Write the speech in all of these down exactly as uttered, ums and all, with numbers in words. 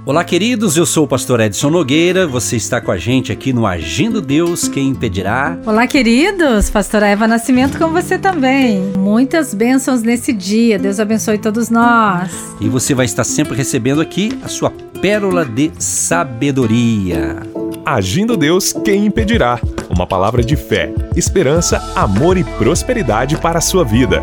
Olá, queridos, eu sou o pastor Edson Nogueira, você está com a gente aqui no Agindo Deus, Quem Impedirá? Olá, queridos, pastora Eva Nascimento com você também. Muitas bênçãos nesse dia, Deus abençoe todos nós. E você vai estar sempre recebendo aqui a sua pérola de sabedoria. Agindo Deus, Quem Impedirá? Uma palavra de fé, esperança, amor e prosperidade para a sua vida.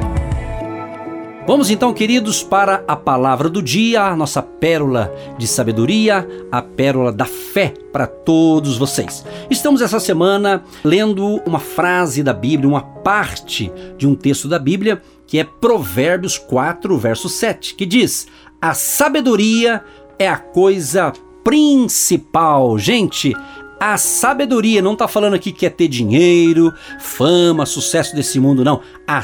Vamos então, queridos, para a palavra do dia, a nossa pérola de sabedoria, a pérola da fé para todos vocês. Estamos essa semana lendo uma frase da Bíblia, uma parte de um texto da Bíblia, que é Provérbios quatro, verso sete, que diz: a sabedoria é a coisa principal. Gente, a sabedoria, não está falando aqui que é ter dinheiro, fama, sucesso desse mundo, não. A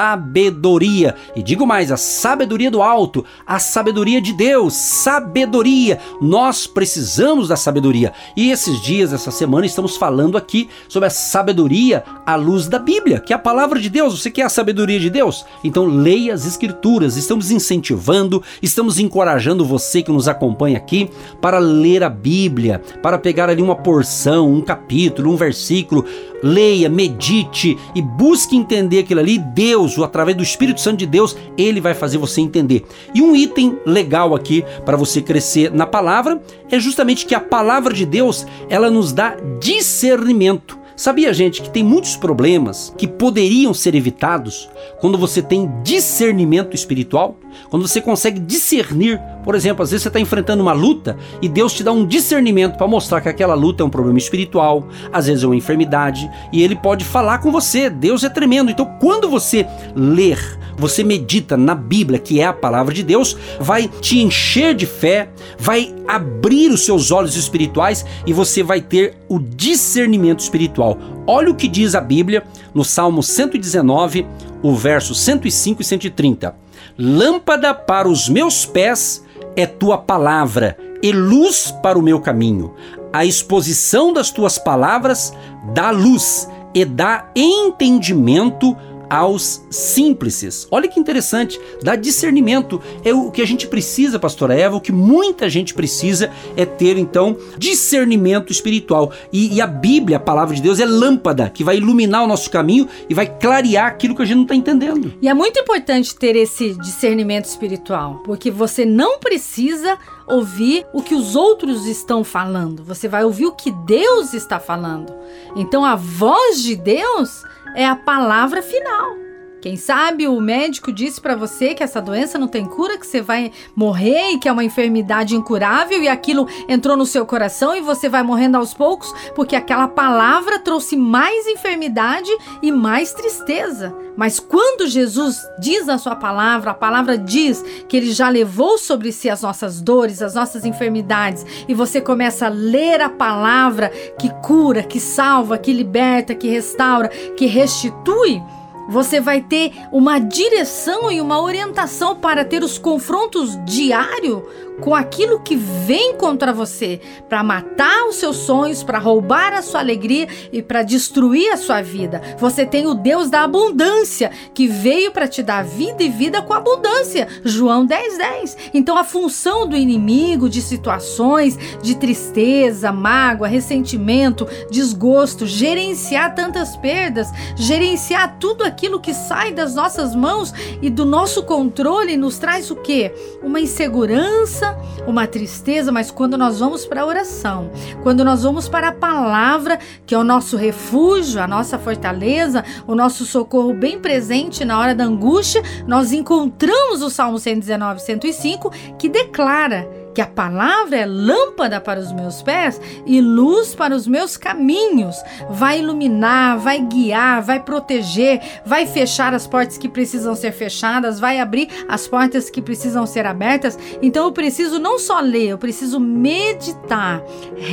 sabedoria, e digo mais, a sabedoria do alto, a sabedoria de Deus, sabedoria. Nós precisamos da sabedoria. E esses dias, essa semana, estamos falando aqui sobre a sabedoria à luz da Bíblia, que é a palavra de Deus. Você quer a sabedoria de Deus? Então leia as Escrituras. Estamos incentivando, estamos encorajando você que nos acompanha aqui para ler a Bíblia, para pegar ali uma porção, um capítulo, um versículo, leia, medite e busque entender aquilo ali. Deus, ou através do Espírito Santo de Deus, Ele vai fazer você entender. E um item legal aqui para você crescer na palavra é justamente que a palavra de Deus, ela nos dá discernimento. Sabia, gente, que tem muitos problemas que poderiam ser evitados quando você tem discernimento espiritual? Quando você consegue discernir, por exemplo, às vezes você está enfrentando uma luta e Deus te dá um discernimento para mostrar que aquela luta é um problema espiritual, às vezes é uma enfermidade, e Ele pode falar com você. Deus é tremendo. Então, quando você ler, você medita na Bíblia, que é a palavra de Deus, vai te encher de fé, vai abrir os seus olhos espirituais e você vai ter o discernimento espiritual. Olha o que diz a Bíblia no Salmo cento e dezenove, o verso cento e cinco e cento e trinta. Lâmpada para os meus pés é tua palavra e luz para o meu caminho. A exposição das tuas palavras dá luz e dá entendimento aos simples. Olha que interessante, dá discernimento. É o que a gente precisa, pastora Eva, o que muita gente precisa é ter, então, discernimento espiritual. E, e a Bíblia, a palavra de Deus, é lâmpada que vai iluminar o nosso caminho e vai clarear aquilo que a gente não está entendendo. E é muito importante ter esse discernimento espiritual, porque você não precisa ouvir o que os outros estão falando. Você vai ouvir o que Deus está falando. Então, a voz de Deus é a palavra final. Quem sabe o médico disse para você que essa doença não tem cura, que você vai morrer e que é uma enfermidade incurável, e aquilo entrou no seu coração e você vai morrendo aos poucos porque aquela palavra trouxe mais enfermidade e mais tristeza. Mas quando Jesus diz a sua palavra, a palavra diz que Ele já levou sobre si as nossas dores, as nossas enfermidades, e você começa a ler a palavra que cura, que salva, que liberta, que restaura, que restitui, você vai ter uma direção e uma orientação para ter os confrontos diários com aquilo que vem contra você, para matar os seus sonhos, para roubar a sua alegria e para destruir a sua vida. Você tem o Deus da abundância, que veio para te dar vida e vida com abundância. João dez, dez. Então a função do inimigo, de situações de tristeza, mágoa, ressentimento, desgosto, gerenciar tantas perdas, gerenciar tudo aquilo que sai das nossas mãos e do nosso controle, nos traz o quê? Uma insegurança, uma tristeza. Mas quando nós vamos para a oração, quando nós vamos para a palavra, que é o nosso refúgio, a nossa fortaleza, o nosso socorro bem presente na hora da angústia, nós encontramos o Salmo cento e dezenove, cento e cinco, que declara que a palavra é lâmpada para os meus pés e luz para os meus caminhos. Vai iluminar, vai guiar, vai proteger, vai fechar as portas que precisam ser fechadas, vai abrir as portas que precisam ser abertas. Então eu preciso não só ler, eu preciso meditar,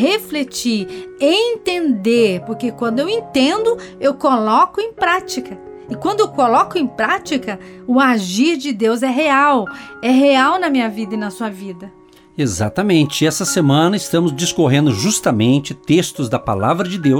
refletir, entender, porque quando eu entendo, eu coloco em prática. E quando eu coloco em prática, o agir de Deus é real, é real na minha vida e na sua vida. Exatamente. Essa semana estamos discorrendo justamente textos da Palavra de Deus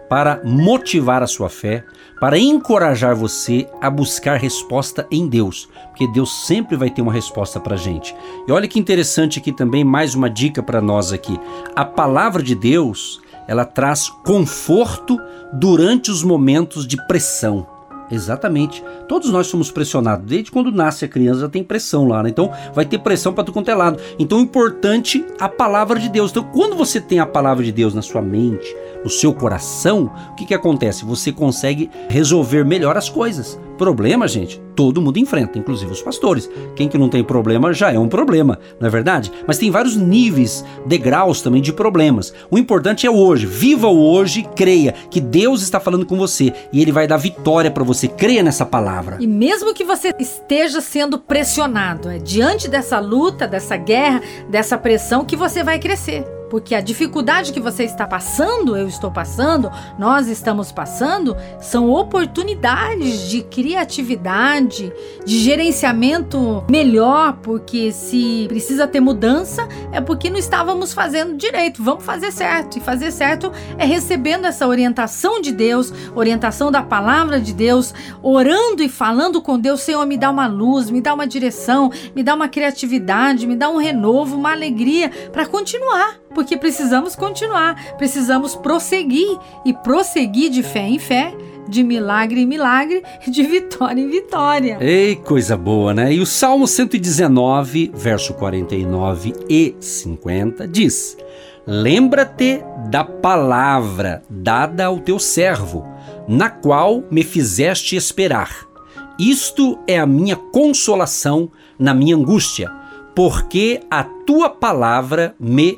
para motivar a sua fé, para encorajar você a buscar resposta em Deus, porque Deus sempre vai ter uma resposta para a gente. E olha que interessante aqui também, mais uma dica para nós aqui. A palavra de Deus, ela traz conforto durante os momentos de pressão. Exatamente. Todos nós somos pressionados. Desde quando nasce a criança já tem pressão lá, né? Então vai ter pressão para tudo quanto é lado. Então é importante a palavra de Deus. Então quando você tem a palavra de Deus na sua mente, no seu coração, o que que acontece? Você consegue resolver melhor as coisas. Problema, gente, todo mundo enfrenta, inclusive os pastores. Quem que não tem problema já é um problema, não é verdade? Mas tem vários níveis, degraus também de problemas. O importante é o hoje. Viva o hoje, creia que Deus está falando com você e Ele vai dar vitória para você. Creia nessa palavra. E mesmo que você esteja sendo pressionado, é diante dessa luta, dessa guerra, dessa pressão que você vai crescer. Porque a dificuldade que você está passando, eu estou passando, nós estamos passando, são oportunidades de criatividade, de gerenciamento melhor, porque se precisa ter mudança, é porque não estávamos fazendo direito, vamos fazer certo. E fazer certo é recebendo essa orientação de Deus, orientação da palavra de Deus, orando e falando com Deus: Senhor, me dá uma luz, me dá uma direção, me dá uma criatividade, me dá um renovo, uma alegria para continuar. Porque precisamos continuar, precisamos prosseguir e prosseguir de fé em fé, de milagre em milagre, de vitória em vitória. Ei, coisa boa, né? E o Salmo cento e dezenove, verso quarenta e nove e cinquenta diz: lembra-te da palavra dada ao teu servo, na qual me fizeste esperar. Isto é a minha consolação na minha angústia, porque a tua palavra me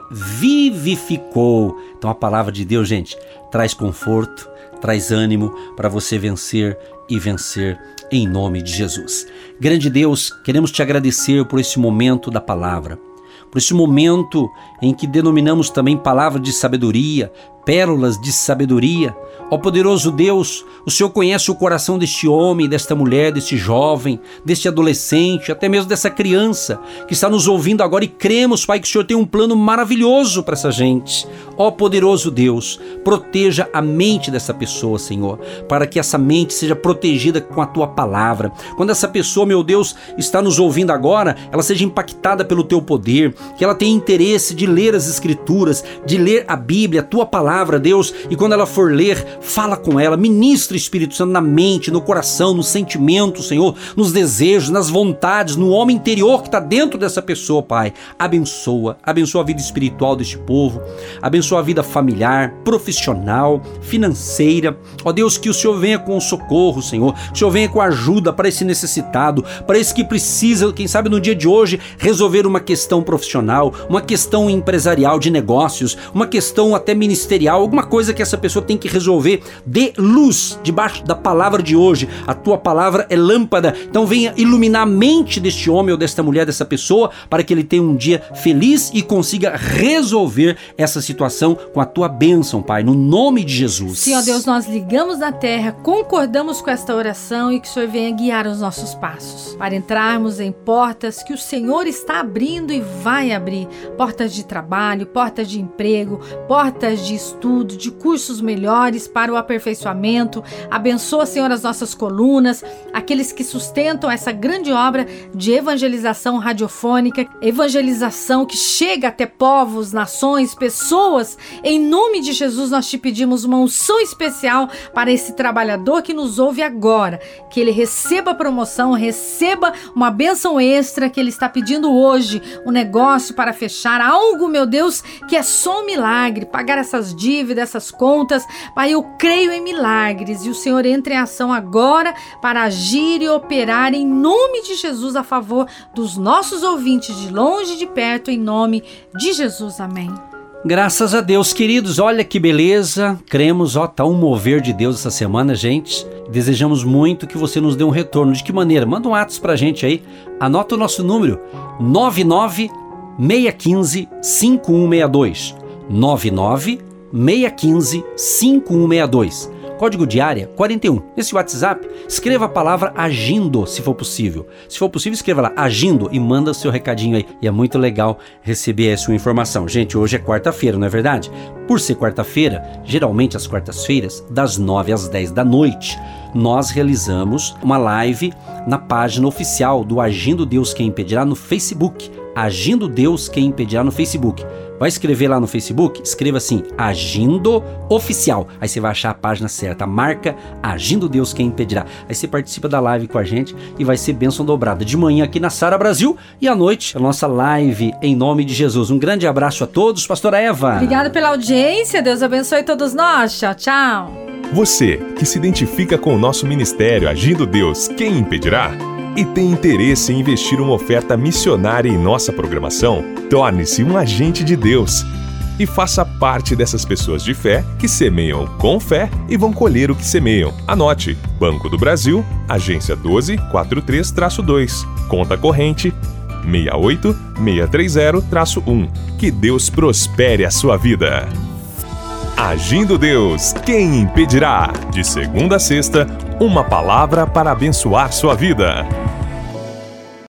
vivificou. Então a palavra de Deus, gente, traz conforto, traz ânimo para você vencer e vencer em nome de Jesus. Grande Deus, queremos te agradecer por esse momento da palavra, por esse momento em que denominamos também palavra de sabedoria, pérolas de sabedoria. Ó poderoso Deus, o Senhor conhece o coração deste homem, desta mulher, deste jovem, deste adolescente, até mesmo dessa criança que está nos ouvindo agora, e cremos, Pai, que o Senhor tem um plano maravilhoso para essa gente. Ó poderoso Deus, proteja a mente dessa pessoa, Senhor, para que essa mente seja protegida com a Tua palavra. Quando essa pessoa, meu Deus, está nos ouvindo agora, ela seja impactada pelo Teu poder, que ela tenha interesse de ler as Escrituras, de ler a Bíblia, a Tua palavra, Deus, e quando ela for ler, fala com ela, ministra, Espírito Santo, na mente, no coração, no sentimento, Senhor, nos desejos, nas vontades, no homem interior que está dentro dessa pessoa, Pai. Abençoa, abençoa a vida espiritual deste povo, abençoa a vida familiar, profissional, financeira. Ó Deus, que o Senhor venha com o socorro, Senhor, que o Senhor venha com a ajuda para esse necessitado, para esse que precisa, quem sabe no dia de hoje, resolver uma questão profissional, uma questão empresarial de negócios, uma questão até ministerial, alguma coisa que essa pessoa tem que resolver. Dê luz debaixo da palavra de hoje. A tua palavra é lâmpada, então venha iluminar a mente deste homem ou desta mulher, dessa pessoa, para que ele tenha um dia feliz e consiga resolver essa situação com a tua bênção, Pai, no nome de Jesus. Sim, ó Deus, nós ligamos na terra, concordamos com esta oração, e que o Senhor venha guiar os nossos passos, para entrarmos em portas que o Senhor está abrindo e vai abrir, portas de trabalho, portas de emprego, portas de estudo, de cursos melhores para o aperfeiçoamento. Abençoa, Senhor, as nossas colunas, aqueles que sustentam essa grande obra de evangelização radiofônica, evangelização que chega até povos, nações, pessoas. Em nome de Jesus, nós te pedimos uma unção especial para esse trabalhador que nos ouve agora, que ele receba promoção, receba uma bênção extra, que ele está pedindo hoje, um negócio para fechar, algo, meu Deus, que é só um milagre, pagar essas dívidas, essas contas. Pai, eu creio em milagres, e o Senhor entra em ação agora para agir e operar em nome de Jesus a favor dos nossos ouvintes de longe e de perto, em nome de Jesus, amém. Graças a Deus, queridos, olha que beleza, cremos, ó, tá um mover de Deus essa semana, gente. Desejamos muito que você nos dê um retorno. De que maneira? Manda um WhatsApp pra gente aí, anota o nosso número, nove nove seis um cinco, cinco um seis dois, nove nove seis um cinco, cinco um seis dois. código de área quarenta e um. Nesse WhatsApp, escreva a palavra agindo, se for possível. Se for possível, escreva lá agindo e manda o seu recadinho aí. E é muito legal receber essa sua informação. Gente, hoje é quarta-feira, não é verdade? Por ser quarta-feira, geralmente às quartas-feiras, das nove às dez da noite, nós realizamos uma live na página oficial do Agindo Deus Quem Impedirá no Facebook. Agindo Deus Quem Impedirá no Facebook. Vai escrever lá no Facebook, escreva assim, Agindo Oficial. Aí você vai achar a página certa, marca Agindo Deus Quem Impedirá. Aí você participa da live com a gente e vai ser bênção dobrada. De manhã aqui na Sara Brasil e à noite a nossa live em nome de Jesus. Um grande abraço a todos, pastora Eva. Obrigada pela audiência, Deus abençoe todos nós. Tchau, tchau. Você que se identifica com o nosso ministério Agindo Deus Quem Impedirá e tem interesse em investir uma oferta missionária em nossa programação, torne-se um agente de Deus e faça parte dessas pessoas de fé que semeiam com fé e vão colher o que semeiam. Anote: Banco do Brasil, agência doze quarenta e três dois, conta corrente seis oito seis três zero um. Que Deus prospere a sua vida. Agindo Deus, quem impedirá? De segunda a sexta, uma palavra para abençoar sua vida.